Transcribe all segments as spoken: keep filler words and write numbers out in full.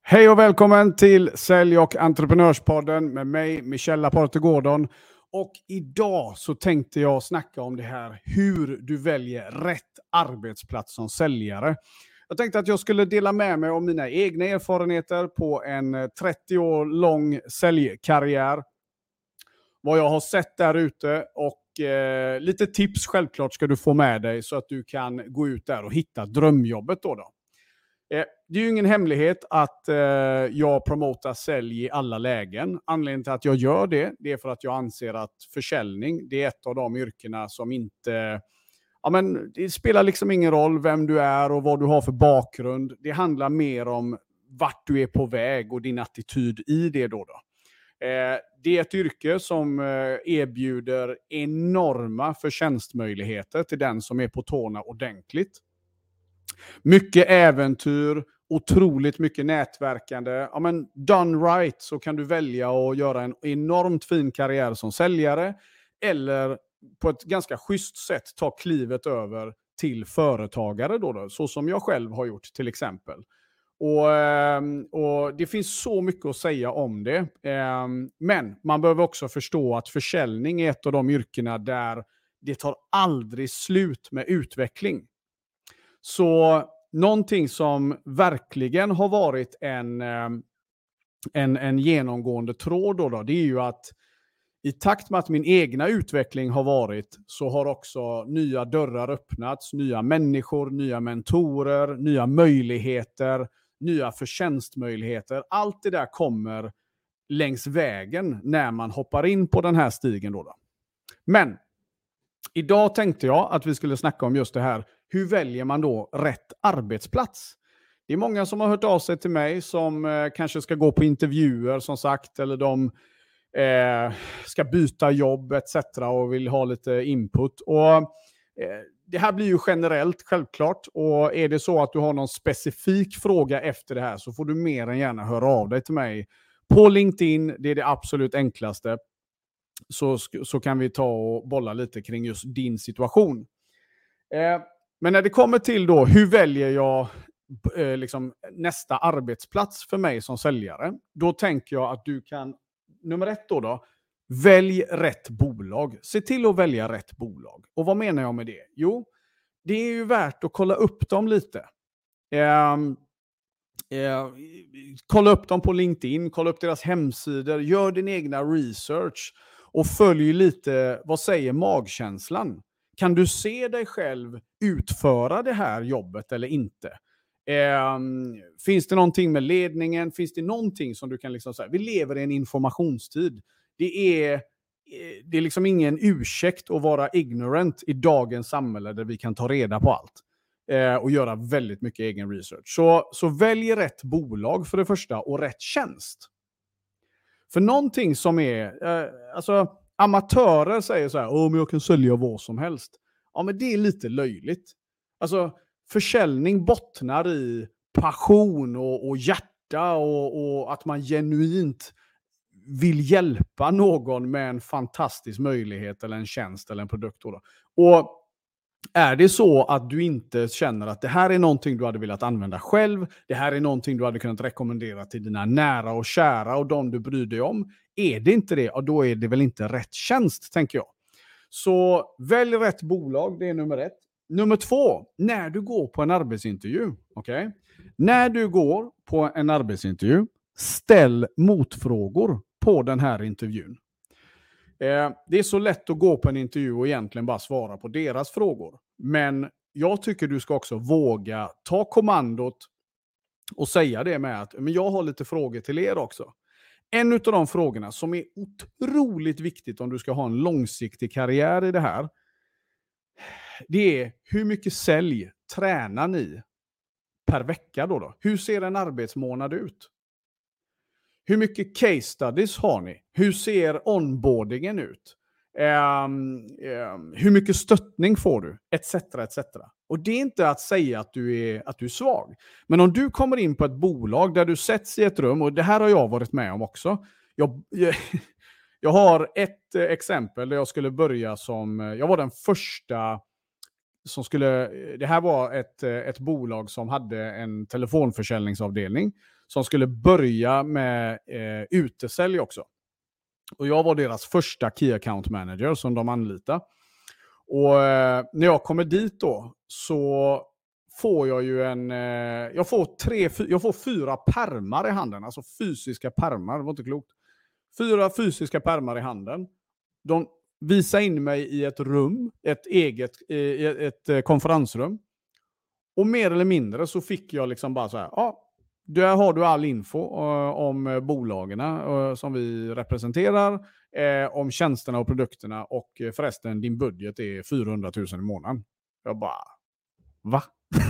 Hej och välkommen till Sälj- och entreprenörspodden med mig, Michel Laporte Gordon. Och idag så tänkte jag snacka om det här, hur du väljer rätt arbetsplats som säljare. Jag tänkte att jag skulle dela med mig om mina egna erfarenheter på en trettio år lång säljkarriär. Vad jag har sett där ute och eh, lite tips självklart ska du få med dig så att du kan gå ut där och hitta drömjobbet då. då. Eh, det är ju ingen hemlighet att eh, jag promotar sälj i alla lägen. Anledningen till att jag gör det, det är för att jag anser att försäljning, det är ett av de yrkena som inte... Ja, men det spelar liksom ingen roll vem du är och vad du har för bakgrund. Det handlar mer om vart du är på väg och din attityd i det då. då. Eh, det är ett yrke som eh, erbjuder enorma förtjänstmöjligheter till den som är på tårna ordentligt. Mycket äventyr, otroligt mycket nätverkande. Ja, men done right så kan du välja att göra en enormt fin karriär som säljare eller på ett ganska schysst sätt ta klivet över till företagare då, då så som jag själv har gjort till exempel. Och, och det finns så mycket att säga om det. Men man behöver också förstå att försäljning är ett av de yrkena där det tar aldrig slut med utveckling. Så någonting som verkligen har varit en, en, en genomgående tråd då, då, det är ju att i takt med att min egna utveckling har varit så har också nya dörrar öppnats, nya människor, nya mentorer, nya möjligheter, nya förtjänstmöjligheter. Allt det där kommer längs vägen när man hoppar in på den här stigen då. då. Men idag tänkte jag att vi skulle snacka om just det här. Hur väljer man då rätt arbetsplats? Det är många som har hört av sig till mig som eh, kanske ska gå på intervjuer som sagt. Eller de eh, ska byta jobb et cetera och vill ha lite input. Och eh, det här blir ju generellt självklart. Och är det så att du har någon specifik fråga efter det här så får du mer än gärna höra av dig till mig. På LinkedIn, det är det absolut enklaste. Så, så kan vi ta och bolla lite kring just din situation. Eh, men när det kommer till då, hur väljer jag eh, liksom nästa arbetsplats för mig som säljare? Då tänker jag att du kan, nummer ett då då, välj rätt bolag. Se till att välja rätt bolag. Och vad menar jag med det? Jo, det är ju värt att kolla upp dem lite. Eh, eh, kolla upp dem på LinkedIn, kolla upp deras hemsidor, gör din egna research och följ lite, vad säger magkänslan? Kan du se dig själv utföra det här jobbet eller inte? Eh, finns det någonting med ledningen? Finns det någonting som du kan liksom säga? Vi lever i en informationstid. Det är, det är liksom ingen ursäkt att vara ignorant i dagens samhälle där vi kan ta reda på allt. Eh, och göra väldigt mycket egen research. Så, så välj rätt bolag för det första och rätt tjänst. För någonting som är... Eh, alltså... Amatörer säger så här, åh men jag kan sälja vad som helst. Ja men det är lite löjligt. Alltså försäljning bottnar i passion och, och hjärta och, och att man genuint vill hjälpa någon med en fantastisk möjlighet eller en tjänst eller en produkt. Då. Och är det så att du inte känner att det här är någonting du hade velat använda själv, det här är någonting du hade kunnat rekommendera till dina nära och kära och de du bryr dig om, är det inte det, ja, då är det väl inte rätt tjänst, tänker jag. Så välj rätt bolag, det är nummer ett. Nummer två, när du går på en arbetsintervju, okej? Okay? När du går på en arbetsintervju, ställ motfrågor på den här intervjun. Eh, det är så lätt att gå på en intervju och egentligen bara svara på deras frågor. Men jag tycker du ska också våga ta kommandot och säga det med att men jag har lite frågor till er också. En av de frågorna som är otroligt viktigt om du ska ha en långsiktig karriär i det här, det är hur mycket sälj tränar ni per vecka då? då? Hur ser en arbetsmånad ut? Hur mycket case studies har ni? Hur ser onboardingen ut? Um, um, hur mycket stöttning får du? Etc, et cetera. Och det är inte att säga att du, är, att du är svag. Men om du kommer in på ett bolag där du sätts i ett rum, och det här har jag varit med om också. Jag, jag, jag har ett exempel där jag skulle börja som... Jag var den första som skulle... Det här var ett, ett bolag som hade en telefonförsäljningsavdelning. som skulle börja med eh, utesälj också. Och jag var deras första Key Account Manager som de anlitade. Och eh, när jag kommer dit då så får jag ju en... Eh, jag, får tre, jag får fyra pärmar i handen. Alltså fysiska pärmar, det var inte klokt. Fyra fysiska pärmar i handen. De visar in mig i ett rum, ett eget eh, ett, ett konferensrum. Och mer eller mindre så fick jag liksom bara så här, ja, där har du all info uh, om bolagen uh, som vi representerar, uh, om tjänsterna och produkterna, och uh, förresten din budget är fyrahundratusen i månaden. Jag bara, va?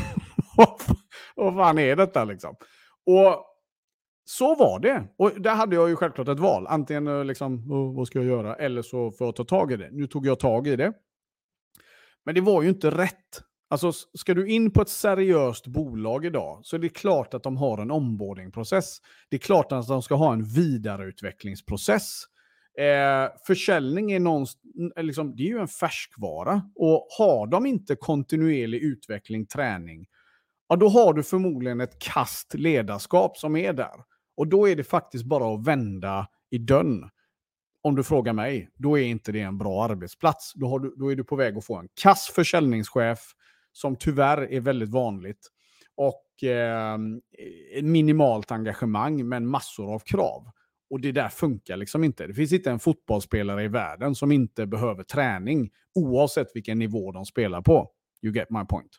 Vad fan är detta liksom? Och så var det. Och där hade jag ju självklart ett val. Antingen uh, liksom, oh, vad ska jag göra? Eller så får jag ta tag i det. Nu tog jag tag i det. Men det var ju inte rätt. Alltså, ska du in på ett seriöst bolag idag så är det klart att de har en onboardingprocess. Det är klart att de ska ha en vidareutvecklingsprocess. Eh, försäljning är, någon, liksom, det är ju en färskvara. Och har de inte kontinuerlig utveckling, träning, ja, då har du förmodligen ett kast ledarskap som är där. Och då är det faktiskt bara att vända i dörren. Om du frågar mig, då är inte det en bra arbetsplats. Då, har du, då är du på väg att få en kass försäljningschef som tyvärr är väldigt vanligt. Och eh, minimalt engagemang men massor av krav. Och det där funkar liksom inte. Det finns inte en fotbollsspelare i världen som inte behöver träning oavsett vilken nivå de spelar på. You get my point.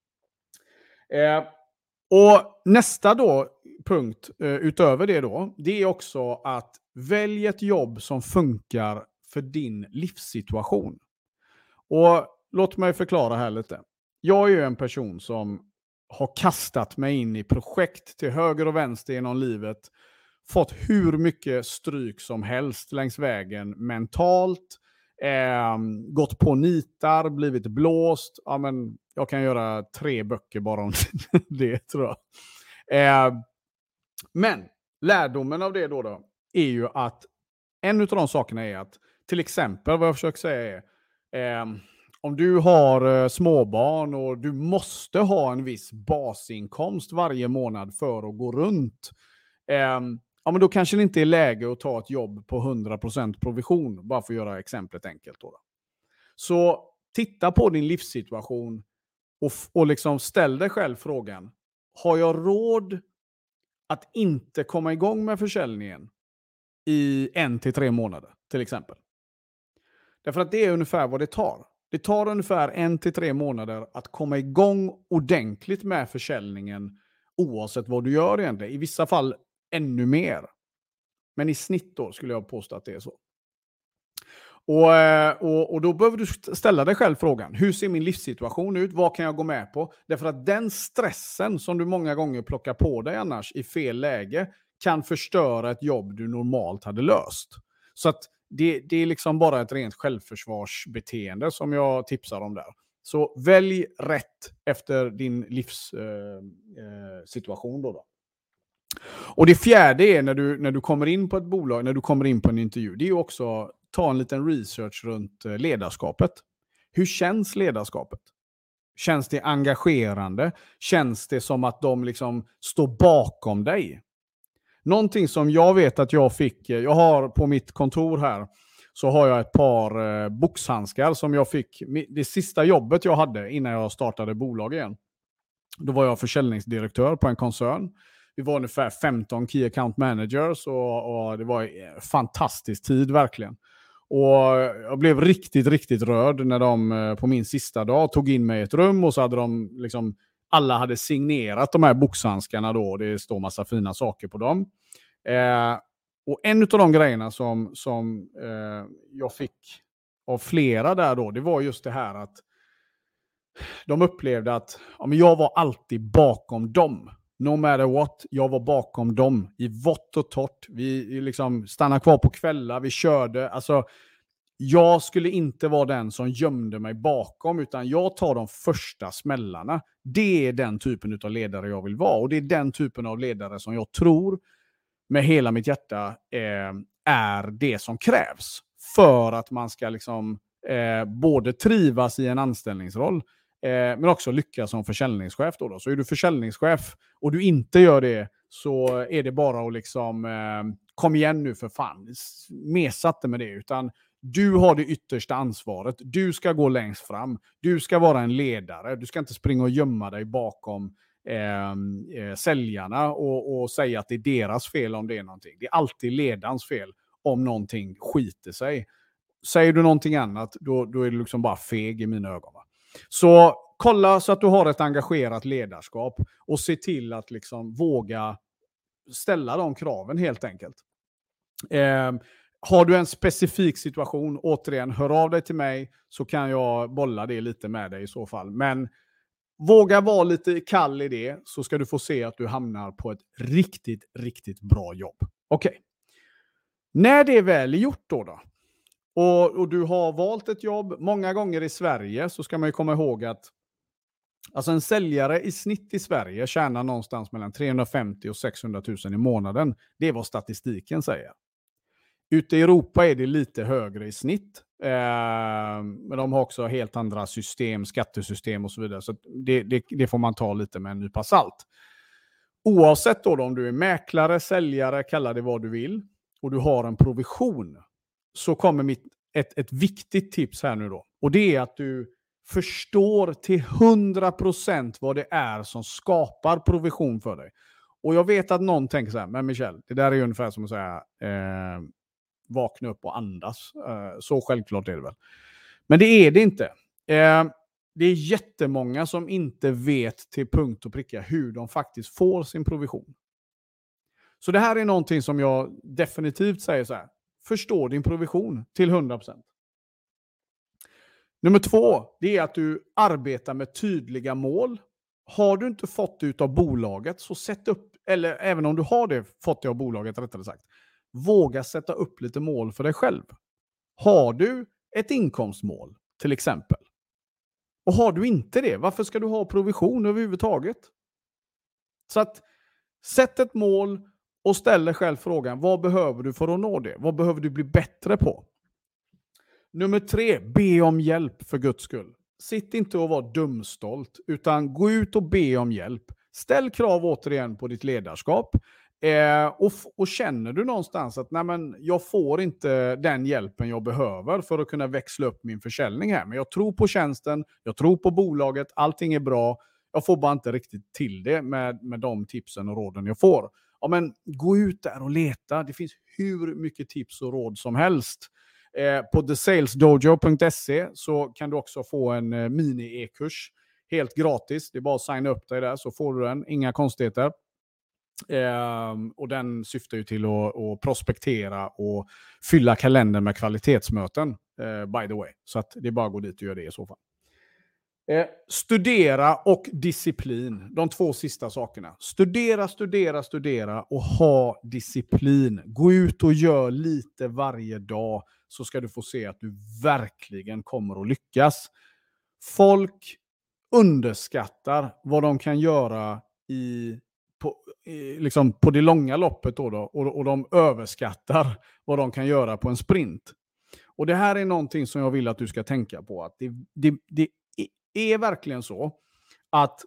Eh, och nästa då punkt eh, utöver det då, det är också att välj ett jobb som funkar för din livssituation. Och låt mig förklara här lite. Jag är ju en person som har kastat mig in i projekt till höger och vänster genom livet. Fått hur mycket stryk som helst längs vägen mentalt. Eh, gått på nitar, blivit blåst. Ja, men jag kan göra tre böcker bara om det, tror jag. Eh, men lärdomen av det då, då är ju att en av de sakerna är att, till exempel vad jag försöker säga är, eh, om du har eh, småbarn och du måste ha en viss basinkomst varje månad för att gå runt, eh, ja, men då kanske det inte är läge att ta ett jobb på hundra procent provision, bara för att göra exemplet enkelt då. Så titta på din livssituation och, och liksom ställ dig själv frågan, har jag råd att inte komma igång med försäljningen i en till tre månader till exempel? Därför att det är ungefär vad det tar. Det tar ungefär en till tre månader att komma igång ordentligt med försäljningen oavsett vad du gör egentligen. I vissa fall ännu mer. Men i snitt då skulle jag påstå att det är så. Och, och, och då behöver du ställa dig själv frågan, hur ser min livssituation ut? Vad kan jag gå med på? Därför att den stressen som du många gånger plockar på dig annars i fel läge kan förstöra ett jobb du normalt hade löst. Så att det, det är liksom bara ett rent självförsvarsbeteende som jag tipsar om där. Så välj rätt efter din livssituation eh, eh, då, då. Och det fjärde är när du, när du kommer in på ett bolag, när du kommer in på en intervju, det är också ta en liten research runt ledarskapet. Hur känns ledarskapet? Känns det engagerande? Känns det som att de liksom står bakom dig? Någonting som jag vet att jag fick, jag har på mitt kontor här, så har jag ett par eh, boxhandskar som jag fick, det sista jobbet jag hade innan jag startade bolag igen. Då var jag försäljningsdirektör på en koncern. Vi var ungefär femton Key Account Managers och, och det var en fantastisk tid verkligen. Och jag blev riktigt, riktigt rörd när de på min sista dag tog in mig i ett rum och så hade de liksom, alla hade signerat de här boxhandskarna då. Det står massa fina saker på dem. Eh, och en av de grejerna som, som eh, jag fick av flera där då, det var just det här att de upplevde att ja, men jag var alltid bakom dem. No matter what, jag var bakom dem i vått och torrt. Vi liksom stannade kvar på kvällar, vi körde. Alltså, jag skulle inte vara den som gömde mig bakom, utan jag tar de första smällarna. Det är den typen av ledare jag vill vara. Och det är den typen av ledare som jag tror med hela mitt hjärta eh, är det som krävs för att man ska liksom, eh, både trivas i en anställningsroll men också lyckas som försäljningschef. Då då. Så är du försäljningschef och du inte gör det så är det bara att liksom, eh, kom igen nu för fan. Mesa inte med det, utan du har det yttersta ansvaret. Du ska gå längst fram. Du ska vara en ledare. Du ska inte springa och gömma dig bakom eh, eh, säljarna och, och säga att det är deras fel om det är någonting. Det är alltid ledarens fel om någonting skiter sig. Säger du någonting annat, då, då är det liksom bara feg i mina ögon. Va? Så kolla så att du har ett engagerat ledarskap och se till att liksom våga ställa de kraven helt enkelt. Eh, har du en specifik situation, återigen, hör av dig till mig så kan jag bolla det lite med dig i så fall. Men våga vara lite kall i det så ska du få se att du hamnar på ett riktigt, riktigt bra jobb. Okej. Okay. När det är väl gjort då då, och, och du har valt ett jobb, många gånger i Sverige så ska man ju komma ihåg att alltså en säljare i snitt i Sverige tjänar någonstans mellan trehundrafemtio och sexhundratusen i månaden. Det är vad statistiken säger. Ute i Europa är det lite högre i snitt. Eh, men de har också helt andra system, skattesystem och så vidare. Så det, det, det får man ta lite med en nypa salt. Oavsett då, då om du är mäklare, säljare, kalla det vad du vill. Och du har en provision. Så kommer mitt, ett, ett viktigt tips här nu då. Och det är att du förstår till hundra procent vad det är som skapar provision för dig. Och jag vet att någon tänker så här, men Michel, det där är ungefär som att säga eh, vakna upp och andas. Eh, så självklart är det väl. Men det är det inte. Eh, det är jättemånga som inte vet till punkt och pricka hur de faktiskt får sin provision. Så det här är någonting som jag definitivt säger så här. Förstå din provision till hundra procent. Nummer två, det är att du arbetar med tydliga mål. Har du inte fått det av bolaget så sätt upp, eller även om du har det fått det av bolaget rättare sagt, våga sätta upp lite mål för dig själv. Har du ett inkomstmål till exempel? Och har du inte det, varför ska du ha provision överhuvudtaget? Så att sätt ett mål och ställ dig själv frågan, vad behöver du för att nå det? Vad behöver du bli bättre på? Nummer tre, be om hjälp för Guds skull. Sitt inte och var dumstolt, utan gå ut och be om hjälp. Ställ krav återigen på ditt ledarskap. Eh, och, och känner du någonstans att nej men, jag får inte den hjälpen jag behöver för att kunna växla upp min försäljning här. Men jag tror på tjänsten, jag tror på bolaget, allting är bra. Jag får bara inte riktigt till det med, med de tipsen och råden jag får. Ja, men gå ut där och leta. Det finns hur mycket tips och råd som helst. Eh, på the sales dojo punkt se så kan du också få en eh, mini-e-kurs helt gratis. Det är bara att signa upp dig där så får du den. Inga konstigheter. Eh, och den syftar ju till att, att prospektera och fylla kalendern med kvalitetsmöten. Eh, by the way. Så att det är bara att gå dit och göra det i så fall. Eh, studera och disciplin. De två sista sakerna. Studera, studera, studera och ha disciplin. Gå ut och gör lite varje dag så ska du få se att du verkligen kommer att lyckas. Folk underskattar vad de kan göra i, på, i, liksom på det långa loppet då då, och, och de överskattar vad de kan göra på en sprint. Och det här är någonting som jag vill att du ska tänka på. Att det, det, det är verkligen så att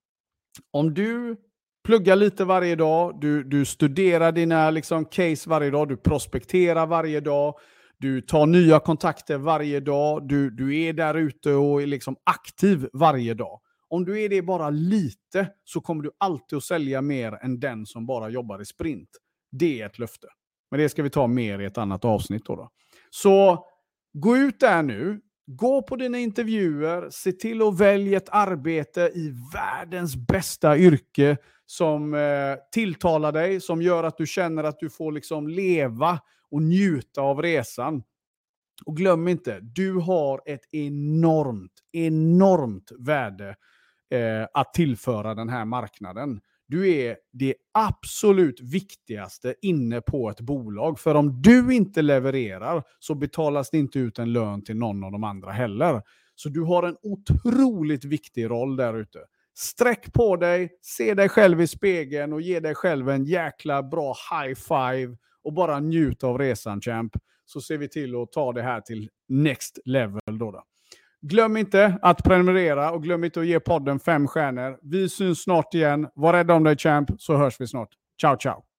om du pluggar lite varje dag, du, du studerar dina liksom case varje dag, du prospekterar varje dag, du tar nya kontakter varje dag, du, du är där ute och är liksom aktiv varje dag. Om du är det bara lite så kommer du alltid att sälja mer än den som bara jobbar i sprint. Det är ett löfte. Men det ska vi ta mer i ett annat avsnitt då. då. Så gå ut där nu. Gå på dina intervjuer, se till att välja ett arbete i världens bästa yrke som eh, tilltalar dig, som gör att du känner att du får liksom leva och njuta av resan. Och glöm inte, du har ett enormt, enormt värde eh, att tillföra den här marknaden. Du är det absolut viktigaste inne på ett bolag. För om du inte levererar så betalas det inte ut en lön till någon av de andra heller. Så du har en otroligt viktig roll där ute. Sträck på dig, se dig själv i spegeln och ge dig själv en jäkla bra high five och bara njut av resan, champ. Så ser vi till att ta det här till next level då då. Glöm inte att prenumerera och glöm inte att ge podden fem stjärnor. Vi syns snart igen. Var rädd om dig, champ, så hörs vi snart. Ciao, ciao!